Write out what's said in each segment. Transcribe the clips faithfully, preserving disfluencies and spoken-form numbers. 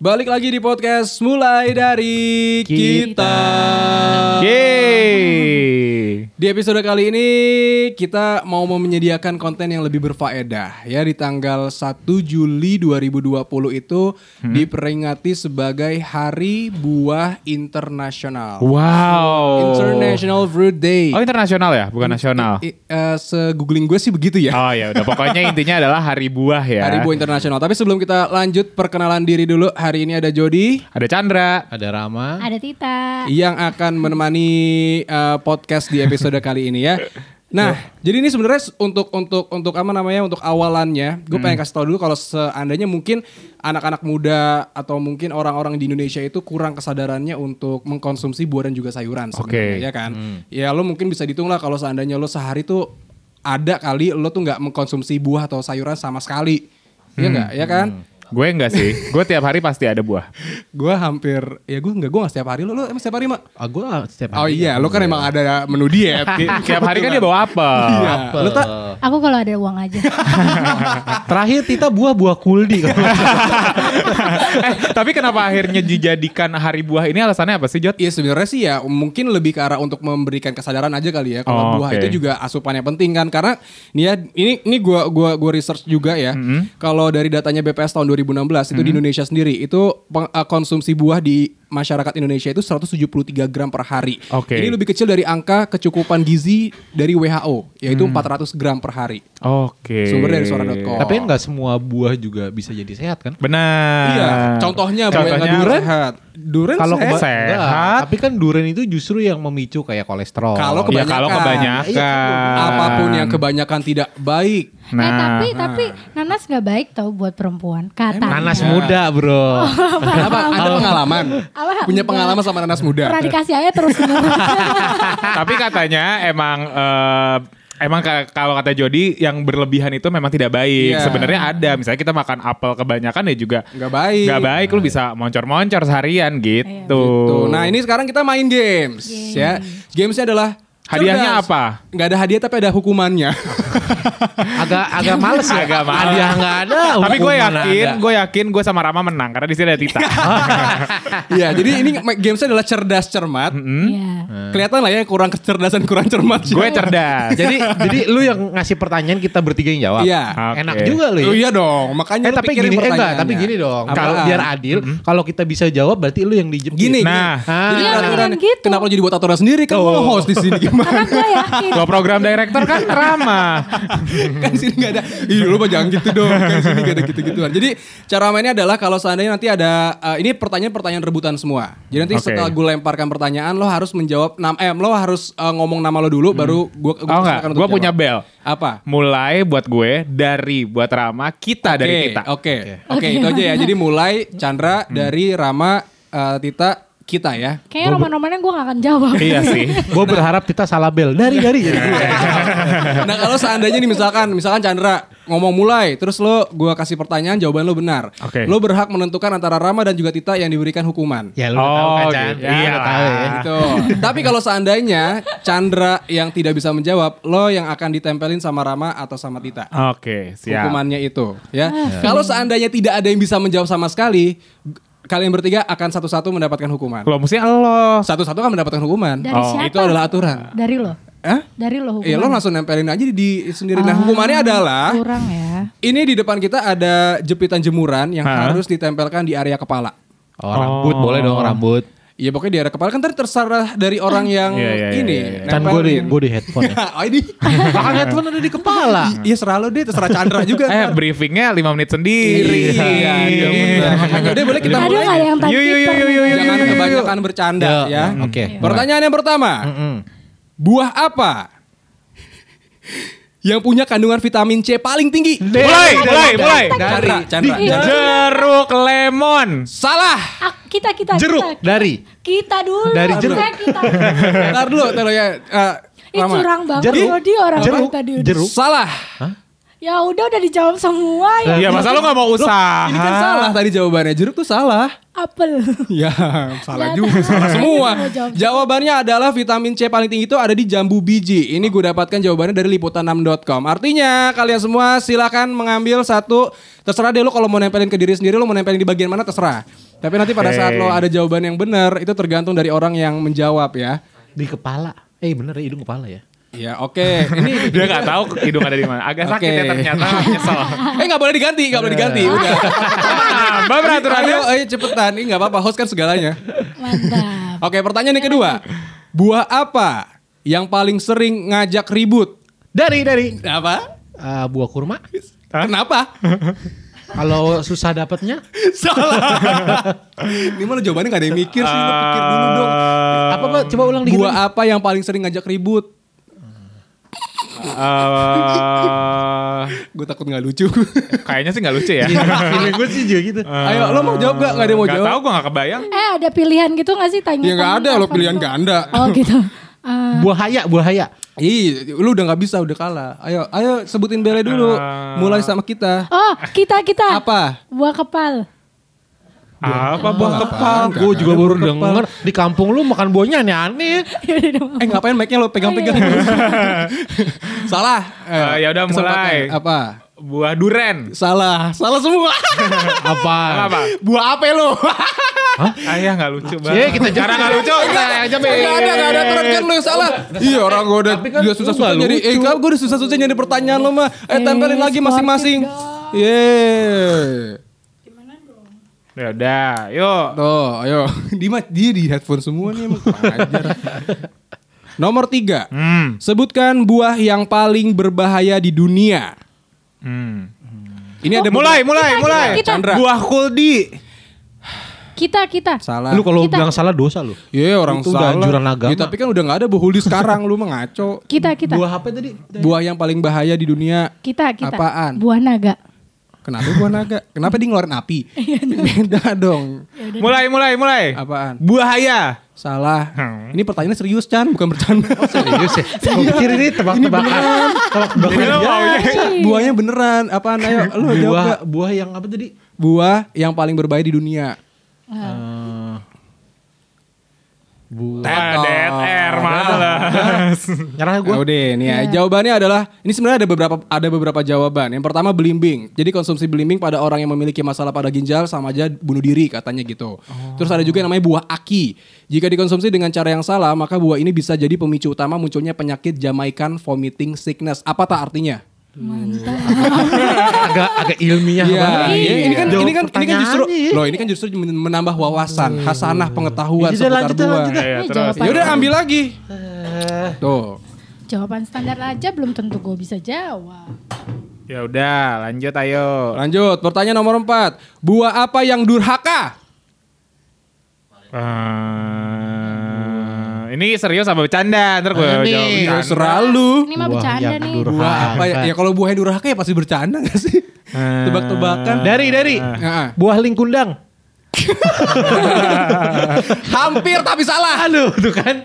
Balik lagi di podcast mulai dari kita. Yeay. Di episode kali ini kita mau menyediakan konten yang lebih berfaedah ya. Di tanggal satu Juli dua ribu dua puluh itu hmm. diperingati sebagai Hari Buah Internasional. Wow. International Fruit Day. Oh, internasional ya, bukan nasional. I, i, uh, se-googling gue sih begitu ya. Oh ya udah, pokoknya intinya adalah Hari Buah ya. Hari Buah Internasional. Tapi sebelum kita lanjut perkenalan diri dulu. Hari ini ada Jody, ada Chandra, ada Rama, ada Tita yang akan menemani uh, podcast di episode kali ini ya. Nah, jadi ini sebenarnya untuk untuk untuk apa namanya? Untuk awalannya, gue hmm. pengen kasih tau dulu kalau seandainya mungkin anak-anak muda atau mungkin orang-orang di Indonesia itu kurang kesadarannya untuk mengkonsumsi buah dan juga sayuran sebenarnya, okay. ya kan? Hmm. Ya lo mungkin bisa dihitung lah kalau seandainya lo sehari tuh ada kali lo tuh nggak mengkonsumsi buah atau sayuran sama sekali, hmm. ya nggak? Ya kan? Hmm. Gue enggak sih, gue tiap hari pasti ada buah. Gue hampir, ya gue enggak, gue gak setiap hari. Lo, lo emang setiap hari, Mak? Ah, gue setiap hari. Oh iya, lo kan emang ada menu diet. Tiap hari kan dia bawa apa? Iya. Lo tak? Aku kalau ada uang aja. Terakhir Tita buah-buah kuldi. eh, tapi kenapa akhirnya dijadikan Hari Buah ini, alasannya apa sih, Jot? Iya sebenarnya sih ya mungkin lebih ke arah untuk memberikan kesadaran aja kali ya. Kalau oh, buah okay. itu juga asupannya penting kan. Karena nih ya, ini ini gue gua gua research juga ya. Mm-hmm. Kalau dari datanya B P S tahun dua ribu enam belas itu mm-hmm. di Indonesia sendiri itu peng, uh, konsumsi buah di masyarakat Indonesia itu seratus tujuh puluh tiga gram per hari. Okay. Ini lebih kecil dari angka kecukupan gizi dari W H O yaitu hmm. empat ratus gram per hari. Oke. Okay. Sumber dari suara dot com. Tapi kan nggak semua buah juga bisa jadi sehat kan? Benar. Iya. Contohnya, Contohnya buah yang durian sehat. Durian kalau sehat. Keba- sehat. Tapi kan durian itu justru yang memicu kayak kolesterol. Kalau ya, kebanyakan. kalau kebanyakan. Iya, apapun yang kebanyakan tidak baik. Nah, eh tapi nah. tapi nanas nggak baik tau buat perempuan katanya. Nanas muda bro. Oh, apa? Ada pengalaman? Apa? Punya pengalaman sama nanas muda? Pernah dikasih aja terus menerus. Tapi katanya emang uh, emang k- kalau kata Jody yang berlebihan itu memang tidak baik. Yeah. Sebenarnya ada, misalnya kita makan apel kebanyakan ya juga nggak baik. Nggak baik, lu bisa moncor-moncor seharian gitu. gitu. Nah ini sekarang kita main games, Game. ya. Gamesnya adalah hadiahnya cerdas. apa? Nggak ada hadiah tapi ada hukumannya. agak agak males ya. Agak males. Hadiah nggak ada. Tapi gue yakin, ada. gue yakin gue sama Rama menang karena di sini ada Tita. Iya, jadi ini gamesnya adalah cerdas cermat. Iya. Kelihatan lah ya kurang kecerdasan kurang cermat. Gue cerdas. jadi jadi lu yang ngasih pertanyaan kita bertiga yang jawab. Iya. Oke. Enak juga lu. Ya? Oh iya dong, makanya Eh lu tapi pikirin gini, eh enggak, pertanyaannya. tapi gini dong. Apaan? Kalau biar adil, mm-hmm. kalau kita bisa jawab berarti lu yang dijemput. Gini, Nah, gini. ah. Jadi Iya, peraturan mendingan gitu. kenapa lu jadi buat aturan sendiri kan lu host di sini gimana? Karena gue yakin. lo program director kan Rama. Kan di sini nggak ada. Ih lu mah jangan gitu dong. Kan di sini nggak ada gitu-gituan. Jadi cara mainnya adalah kalau seandainya nanti ada uh, ini pertanyaan-pertanyaan rebutan semua. Jadi nanti Okay. setelah gue lemparkan pertanyaan lo harus menjawab nam eh lo harus uh, ngomong nama lo dulu hmm. baru gue gue Oh enggak, gue punya bel. Apa? Mulai buat gue, dari buat Rama, kita Oke, dari kita. Oke. Oke, itu aja ya. Jadi mulai Chandra dari Rama, uh, Tita, kita ya. Kayaknya roman-romannya gue gak akan jawab. Iya sih. Gue berharap kita salah bel. Dari dari. Nah kalau seandainya nih misalkan misalkan Chandra ngomong mulai, terus lo gue kasih pertanyaan jawaban lo benar. Oke. Lo berhak menentukan antara Rama dan juga Tita yang diberikan hukuman. Ya lu Oh, udah tahu kan Chan? gitu. Iya udah tahu ya. Gitu. Tapi kalau seandainya Chandra yang tidak bisa menjawab, lo yang akan ditempelin sama Rama atau sama Tita. Oke, siap. Hukumannya itu, ya. Ah, Kalau seandainya tidak ada yang bisa menjawab sama sekali, kalian bertiga akan satu-satu mendapatkan hukuman. Lo mesti lo. Satu-satu akan mendapatkan hukuman. Dari Oh, siapa? Itu adalah aturan. Dari lo. Eh? Dari lo hukuman. Iya, lo langsung nempelin aja di, di sendiri. Nah, Ah, hukumannya adalah kurang ya. ini di depan kita ada jepitan jemuran yang Hah? harus ditempelkan di area kepala. Oh, rambut Oh. boleh dong rambut. Iya pokoknya di area kepala kan tadi terserah dari orang yang Iya, iya, ini. iya, iya. Kan gue di nempelin. gue di headphone ya. Oh ini. Bahkan headphone ada di kepala. Iya serah lo deh, terserah Chandra juga. Eh, ntar. briefingnya lima menit sendiri. Iya, iya benar. Makanya udah boleh kita Ada mulai. gak yang tadi? Yuk, yuk, yuk, yuk, yuk, yuk. Jangan kebanyakan bercanda Yuk, ya. mm, oke. Pertanyaan yang pertama. Mm-mm. Buah apa yang punya kandungan vitamin C paling tinggi? Mulai, mulai, mulai. Chandra, Chandra, Di- Chandra. Jeruk lemon. Salah. Ah, kita kita Jeruk kita. dari. Kita dulu. Dari jeruk. Kita, kita. Ntar dulu, ntar dulu ya. Uh, Ih Rama. curang banget Jeruk. loh dia orang Jeruk. tadi udah. Jeruk. Salah. Ya udah udah dijawab semua ya. Iya, masa lo gak mau usaha? Ini kan salah tadi jawabannya. Jeruk tuh salah. Apel. Ya, salah Ya, juga, tahu. salah semua. Mau jawab. Jawabannya adalah vitamin C paling tinggi itu ada di jambu biji. Ini gue dapatkan jawabannya dari liputan enam dot com. Artinya kalian semua silakan mengambil satu. Terserah deh lo kalau mau nempelin ke diri sendiri, lo mau nempelin di bagian mana terserah. Tapi nanti pada saat lo ada jawaban yang benar, itu tergantung dari orang yang menjawab ya. Di kepala. Eh bener ya hidung kepala ya. Iya oke. Ini Dia nggak tahu hidung ada di mana. Agak sakit Oke. ya ternyata. Nyesel. Eh nggak boleh diganti, nggak boleh diganti. Udah. Nambah peraturannya. Ayo, ayo cepetan. Ini nggak apa-apa. Host kan segalanya. Mantap. Oke, pertanyaan yang kedua. Buah apa yang paling sering ngajak ribut? Dari dari Apa? uh, buah kurma. Kenapa? Kalau susah dapatnya Salah. Ini malah jawabannya gak ada yang mikir sih. Lo pikir dulu dong. apa Pak? Coba ulang dikit. Buah apa yang paling sering ngajak ribut? Eh, Gue takut gak lucu. Kayaknya sih nggak lucu ya. Feeling gue sih juga gitu. Ayo, lo mau jawab gak? Gak ada yang mau Gak jawab? tahu gue gak kebayang. Eh ada pilihan gitu gak sih tanya? Ya gak ada, lo pilihan ganda. Oh gitu. Eh, Buah haya, buah haya. Ih, lu udah gak bisa, udah kalah. Ayo, ayo sebutin Bele dulu. Mulai sama kita. oh kita kita. Apa? Buah kepal. Apa buah kepal? Gue juga ada baru buah kepal. denger di kampung lu makan buahnya aneh-aneh. Eh ngapain mic-nya lo pegang-pegang? Salah. Eh, ya udah kesempatan. mulai. Apa? Buah duren. Salah. Salah semua. Apa? Apa? Buah apa lo? Ayah nggak lucu banget. Cie, kita Cara nggak lucu. Kita aja be. Gak ada, gak ada aturan kan lo yang salah. Iya orang gue udah, Tapi kan udah susah-susah nggak nyari. Eh lucu. kan gue udah susah-susah nyari pertanyaan lo mah. Eh tempelin Eh, lagi sportif masing-masing. dong. Yeay. Ya udah, yuk. Tuh, ayo. Dia, dia di headphone semua nih emang kurang ajar. Nomor tiga. Hmm. Sebutkan buah yang paling berbahaya di dunia. Hmm. Ini ada Mulai, mulai, Kita, mulai. kita, kita. Chandra. Buah kuldi. Kita kita. Salah. Lu kalau Kita- bilang salah dosa lu. Iya orang Itu salah. udah anjuran agama. Ya, tapi kan udah gak ada Bu Huldi sekarang. Lu mah ngaco. Kita kita. Buah apa tadi? Buah yang paling bahaya di dunia. Kita kita. Apaan? Buah naga. Kenapa buah naga? Kenapa dia ngeluarin api? Beda dong. Mulai, mulai, mulai. Apaan? Buahaya. Salah. Hmm. Ini pertanyaannya serius Chan, bukan bercanda. Serius ya? Gue pikir ini tebak-tebakan. Tebak-tebakan. Ini lo maunya. Buahnya beneran. Apaan? Ayo lu jawab. Buah, Kak. buah yang apa tadi? Buah yang paling berbahaya di dunia. Eh, buah. Ah, D R malas. Nyerah gue. Nah, udah nih ya. Jawabannya adalah ini sebenarnya ada beberapa ada beberapa jawaban. Yang pertama belimbing. Jadi konsumsi belimbing pada orang yang memiliki masalah pada ginjal sama aja bunuh diri katanya gitu. Terus ada juga yang namanya buah aki. Jika dikonsumsi dengan cara yang salah, maka buah ini bisa jadi pemicu utama munculnya penyakit Jamaican vomiting sickness. Apa tak artinya? agak agak ilmiah Iya, banget. ini, ini kan Jawab ini kan ini kan justru pertanyaannya. loh ini kan justru menambah wawasan, hasanah pengetahuan Ya, seputar lanjut, buah. lanjut, Ya, Ini terus. jawaban. Ya udah ambil lagi. Eh, Tuh. Jawaban standar aja belum tentu gue bisa jawab. Ya udah, lanjut ayo. Lanjut, pertanyaan nomor empat. Buah apa yang durhaka? Eh, ini serius apa bercanda? Ntar gue Ini. jawab Ya bercanda. seralu. Ini mah Buah bercanda yang nih. durhaka. Buah apa ya? Ya kalau buahnya durhaka ya pasti bercanda gak sih? Eh, Tebak-tebakan. Dari dari Heeh. buah lingkundang. Hampir tapi salah. Aduh, tuh kan.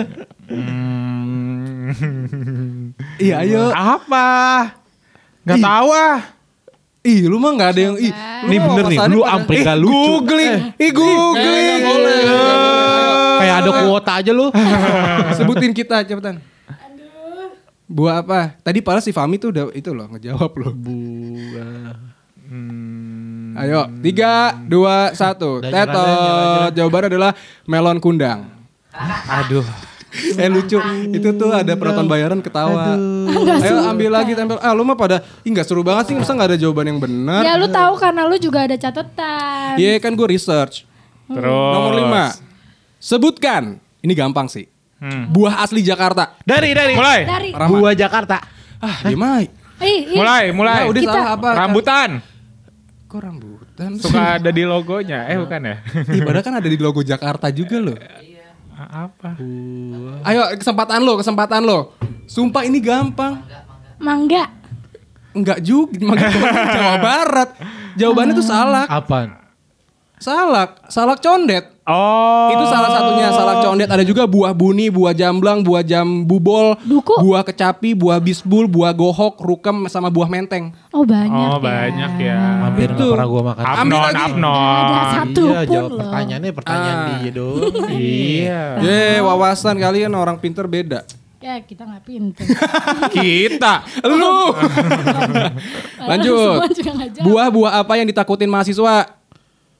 Hmm. Iya, ayo. Apa? Gak Ih. tahu ah. Ih, lu mah gak ada yang ih. Ini bener nih, lu sampai gak lucu. Googling. Ih, googling. Eh, boleh. Kayak ada kuota aja lu. Sebutin kita cepetan. Buah apa? Tadi padahal si Fami tuh udah itu loh ngejawab loh. Buah. Hmm. Ayo, tiga, dua, satu. Udah nyerah, Tetot. nyerah, nyerah. Jawabannya adalah melon kundang. Aduh. Eh lucu, itu tuh ada penonton bayaran ketawa. Ayo ambil lagi tempel. Ah lu mah pada, ih nggak seru banget sih, masa nggak ada jawaban yang benar? Ya lu tahu karena lu juga ada catatan. Iya kan gue research. Terus. Nomor lima, sebutkan. Ini gampang sih. Hmm. Buah asli Jakarta. Dari dari. Mulai. Dari. Rama. Buah Jakarta. Ah gimana? Ih, ih. Mulai, mulai. Nah, udah Kita- salah apa? Rambutan. Kok rambutan? Suka ada di logonya. Eh bukan ya? Ih, padahal kan ada di logo Jakarta juga loh. Apa? Ayo kesempatan lo, kesempatan lo. Sumpah ini gampang. Mangga. Enggak juga, makanya Jawa Barat. Jawabannya tuh salak. Apaan? Salak, salak condet. Oh. Itu salah satunya salak condet. Ada juga buah buni, buah jamblang, buah jambubol, Duku. buah kecapi, buah bisbul, buah gohok, rukem sama buah menteng. Oh banyak Oh ya. banyak ya. Hampir Itu. nggak pernah gua makan. Ambil Abnon, lagi. abnon. Nggak ada satu Iya, pun jawab loh. pertanyaannya pertanyaan Ah. dia dong. Iya. Ye, wawasan kalian orang pinter beda. Ya kita nggak pinter. Kita. Lu. Lanjut. Semua juga nggak jawab. Buah-buah apa yang ditakutin mahasiswa?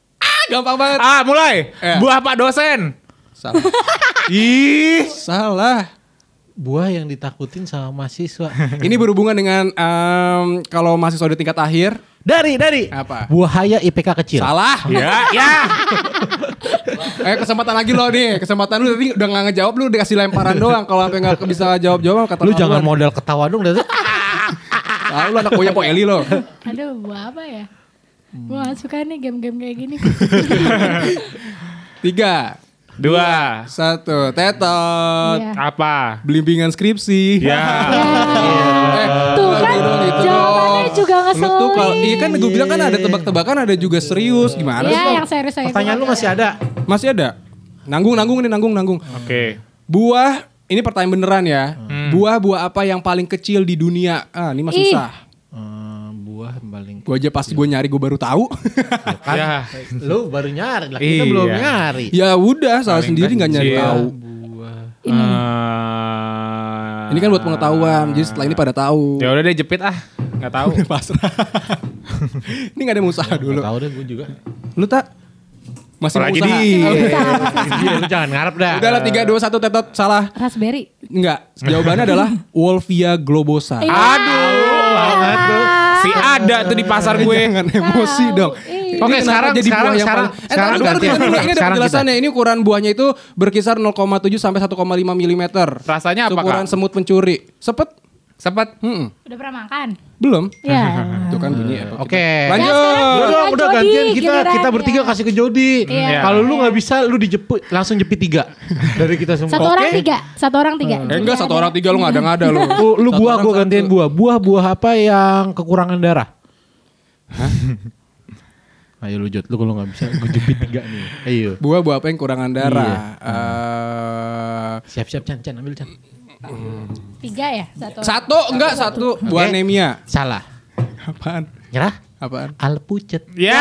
Gampang banget. Ah, mulai. Eh. Buah Pak dosen. Salah. Ih. Salah. Buah yang ditakutin sama mahasiswa. Ini berhubungan dengan em, kalau mahasiswa di tingkat akhir. Dari, dari. Apa? Buahaya I P K kecil. Salah. Ya, ya. Eh kesempatan lagi lo nih. Kesempatan lu tadi udah gak ngejawab, lu dikasih lemparan doang. Kalau sampai gak bisa jawab-jawab kata Lu jangan lawan. modal ketawa dong. Dari. Lalu lu anak kuya Po Eli lo. Aduh, buah apa ya? Gue gak suka nih game-game kayak gini. Tiga. Dua. Satu. Tetot. Iya. Apa? Belimbingan skripsi. Ya. Eh, Tuh kan gitu jawabannya dong. juga Lu tuh kalau ngeselin. iya kan gue bilang kan ada tebak-tebakan, ada juga serius. Gimana sih? Iya, yang serius saya. Pertanyaan lu masih ada. Masih ada? Nanggung, nanggung nih, nanggung, nanggung. Oke. Buah, ini pertanyaan beneran ya. Buah-buah apa yang paling kecil di dunia? Ah, ini mah Ih. susah. Eh, buah paling. Gue aja pasti gue nyari, gue baru tahu. Kan? Ya. Lu baru nyari lah. Kita Iya. belum nyari. Ya udah, salah Paling sendiri nggak nyari kecil. tahu. Buah. Ini. Eh, Ini kan buat pengetahuan, jadi setelah ini pada tahu. Ya udah deh jepit ah. Enggak tahu. Pasrah. Ini nggak ada yang usaha dulu. Tahu deh gue juga. Lu tak masih mau Lagi usaha? di- Oh, Bisa, Iya, lu jangan ngarep dah. udah lah tiga dua satu tetot salah. Raspberry. Enggak, jawabannya adalah Wolfia globosa. Iya. Aduh, banget tuh. Si ada tuh di pasar gue. Jangan emosi Tahu. dong. Iya. Ini Oke, kenapa sekarang- jadi sekarang- buah yang sekarang- paling- Eh, sekarang taruh dulu, gantian. taruh dulu. Ini ada Sekarang penjelasannya. Ini ukuran buahnya itu berkisar nol koma tujuh sampai satu koma lima milimeter. Rasanya apa, Ukuran Kak? semut pencuri. Sepet? Sempat. Hmm, Udah pernah makan? belum. Ya. Itu kan bunyi apa? Oke. Lanjut. Ya, sekarang Udah giliran dong, udah Jody, gantian kita giliran, kita bertiga ya. kasih ke Jody. Iya. Kalau lu nggak bisa, lu dijepit langsung jepit tiga dari kita semua. Satu orang tiga. Satu orang tiga. Eh, enggak, satu orang tiga lu nggak ada nggak ada lu. Lu, lu Satu buah orang gue satu. gantiin buah. Buah-buah apa yang kekurangan darah? Ayo lu Jod, lu kalau nggak bisa gue jepit tiga nih. Ayo. Buah buah apa yang kurangan darah? Iya. Eh, Siap-siap Chan, Chan ambil Chan. Tiga ya? Satu. satu enggak satu buah Oke. anemia. Salah. Apaan? Nyerah? Apaan? Alpucet. Ya.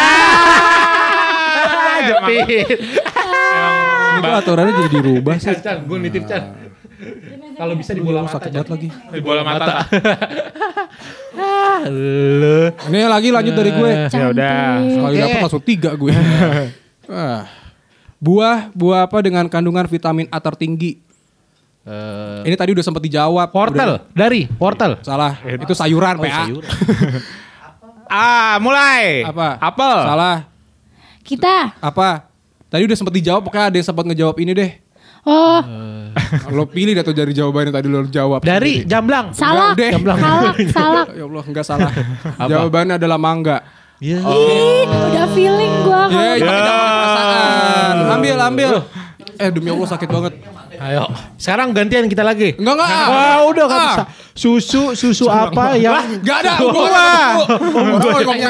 Jepit. Ini kok aturannya jadi dirubah sih. Chan, Chan, gue nitip Chan. Kalau bisa di bola mata. Sakit banget lagi. Di bola mata. Ah, lu. Ini lagi lanjut dari gue. Ya udah. Sekali Oke. dapat langsung tiga gue. Ah. Buah buah apa dengan kandungan vitamin A tertinggi? Eh, Ini tadi udah sempat dijawab. Wortel Udah- dari wortel. Salah. Itu sayuran, Oh, P A. sayuran. Ah, mulai. Apa? Apel. Salah. Kita. Apa? Tadi udah sempat dijawab, pokoknya ada yang sempat ngejawab ini deh. Oh, Lo pilih dah tuh dari jawabannya tadi lo jawab. Dari sendiri. jamblang. salak. deh. Salak, salak. Ya Allah, enggak salah. Jawabannya adalah mangga. Iya. Ih, udah feeling gua kalau Ya, pakai jangan perasaan. Ambil, ambil. Eh, demi Allah sakit banget. Ayo. Sekarang gantian kita lagi. Enggak, enggak. Wah, udah kan Ah. bisa. Susu, susu apa yang Enggak ada. Gua Orang ngomongnya.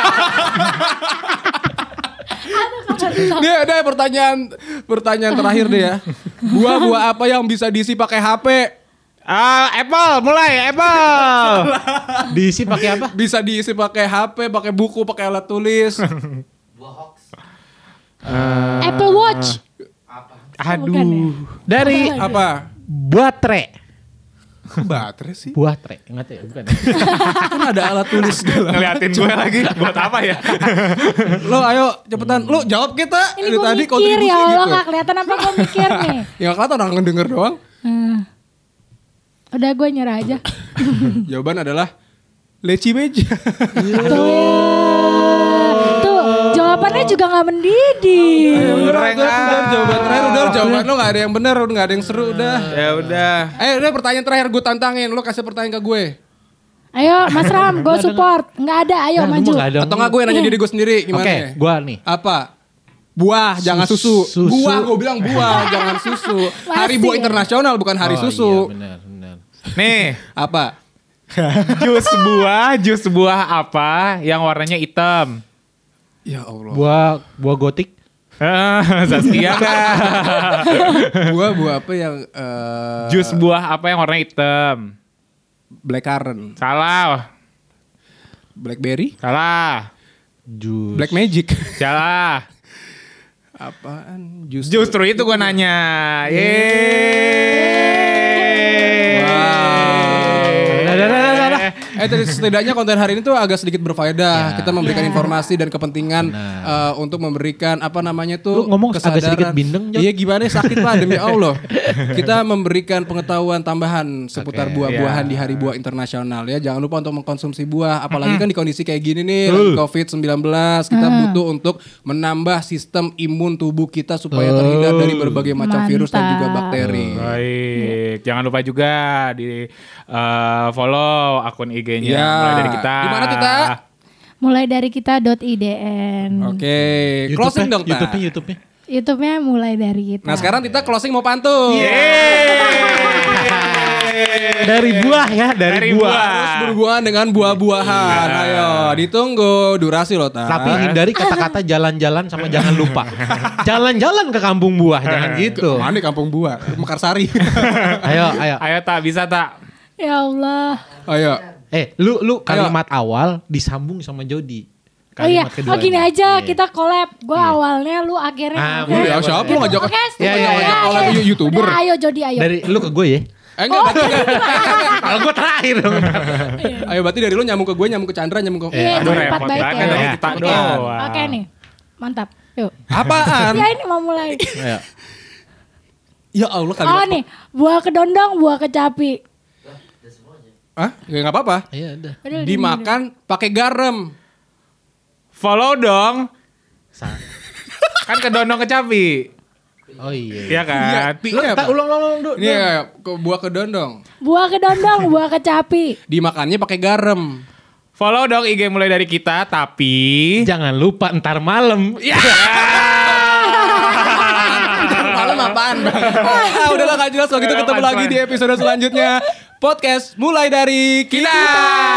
Nih ada pertanyaan pertanyaan terakhir deh ya. Buah-buah apa yang bisa diisi pakai H P? Ah, Apple, mulai Apple. diisi pakai apa? Bisa diisi pakai H P, pakai buku, pakai alat tulis. Apple Watch. Aduh. Bukan ya? Dari Apa? baterai. Baterai sih. Baterai. Ingat ya, bukan. Kan ada alat tulis segala. Ngeliatin gue lagi buat apa ya? Lo ayo cepetan. Lo jawab kita. Ini Dari gua tadi mikir kontribusi ya Allah gitu. gak kelihatan apa gua mikir nih. Ya kelihatan orang ngedenger doang. Hmm. Udah gue nyerah aja. Jawaban adalah leci meja. Tuh, jawabannya juga gak mendidih. Udah, udah, udah, jawaban terakhir udah jawaban lo gak ada yang benar, udah gak ada yang seru udah. Ya udah. Eh udah pertanyaan terakhir gue tantangin, lo kasih pertanyaan ke gue. Ayo Mas Ram, gue support. Gak ada, ayo Nah, lu maju. mah nggak ada. Atau gak gue nanya diri gue sendiri Oke, gimana? gua nih. Apa? Buah, jangan susu. Susu. Buah, gue bilang buah, jangan susu. Hari buah internasional bukan hari Oh, susu. Iya, benar, benar. Nih, Apa? jus buah, jus buah apa yang warnanya hitam? Ya Allah. Buah buah gotik. Ah, Saskia nggak? Buah, buah apa yang eh, Jus buah apa yang warnanya hitam? blackcurrant, Salah, blackberry, salah, Jus. black magic. salah. Apaan? Jus. Justru itu gue nanya. Yeay. Wow. Dah, dah, dah, dah, dah. Eh Eh tadi setidaknya konten hari ini tuh agak sedikit berfaedah. Ya. Kita memberikan Ya. informasi dan kepentingan uh, untuk memberikan apa namanya tuh Lu ngomong agak sedikit bindeng, Jon. Iya gimana sakit Pak demi Allah. Kita memberikan pengetahuan tambahan seputar Oke, buah-buahan ya. di Hari Buah Internasional ya. Jangan lupa untuk mengkonsumsi buah apalagi kan di kondisi kayak gini nih covid sembilan belas kita butuh untuk menambah sistem imun tubuh kita supaya terhindar dari berbagai macam virus dan juga Mantap. bakteri. Baik, jangan lupa juga di uh, follow akun I G-nya Ya. mulai dari kita. Di mana tuh, Ta? Mulai dari kita .idn. Oke, closing dong, Ta. YouTube-nya, YouTube-nya. YouTube-nya mulai dari kita. Nah sekarang kita closing mau pantun. Dari buah ya, dari, Dari buah. buah. Terus berhubungan dengan buah-buahan. Ayo, ditunggu durasi loh, Ta. Tapi hindari kata-kata jalan-jalan sama jangan lupa. Jalan-jalan ke kampung buah, jangan gitu. Mana nih kampung buah? Mekarsari. Ayo, ayo. Ayo tak bisa tak. Ya Allah. Ayo. Eh, lu lu kalimat awal disambung sama Jody. Oh iya, Kalimat oh gini keduanya. aja Iya. kita collab. Gue awalnya, lu akhirnya. Ah, Oke. boleh, Ya, siapa lu ngajak? Oke, Ya, ya, setuju. ya, collab ayo. YouTuber. Udah, ayo Jody, ayo. Dari lu ke gue ya. Eh enggak, berarti enggak. Kalau gue terakhir dong. Ayo berarti dari lu nyambung ke gue, nyambung ke Chandra, nyambung ke Iya, Aduh, empat repot baik banget ya. tadi Iya. kita Oke. doang. Oke nih, mantap. Yuk. apaan? Ya ini mau mulai. Ayo. Ya Allah kalimat. Oh nih, buah kedondong, buah kecapi. Hah? Ya enggak apa-apa. Iya udah. Aduh, Dimakan pakai garam. Follow dong. Sa- Kan kedondong kecapi. Oh iya. Iya kan? Iya, Lu pi-nya tak apa? ulang ulang ulang dulu. Ini ya, ke- buah kedondong. Buah kedondong, buah kecapi. Dimakannya pakai garam. Follow dong I G mulai dari kita, tapi Jangan lupa ntar malam. ya. Malam apaan, Bang? Ah, udahlah gak jelas kalau gitu Udah, ketemu punchline. lagi di episode selanjutnya. Podcast mulai dari kita. Kita.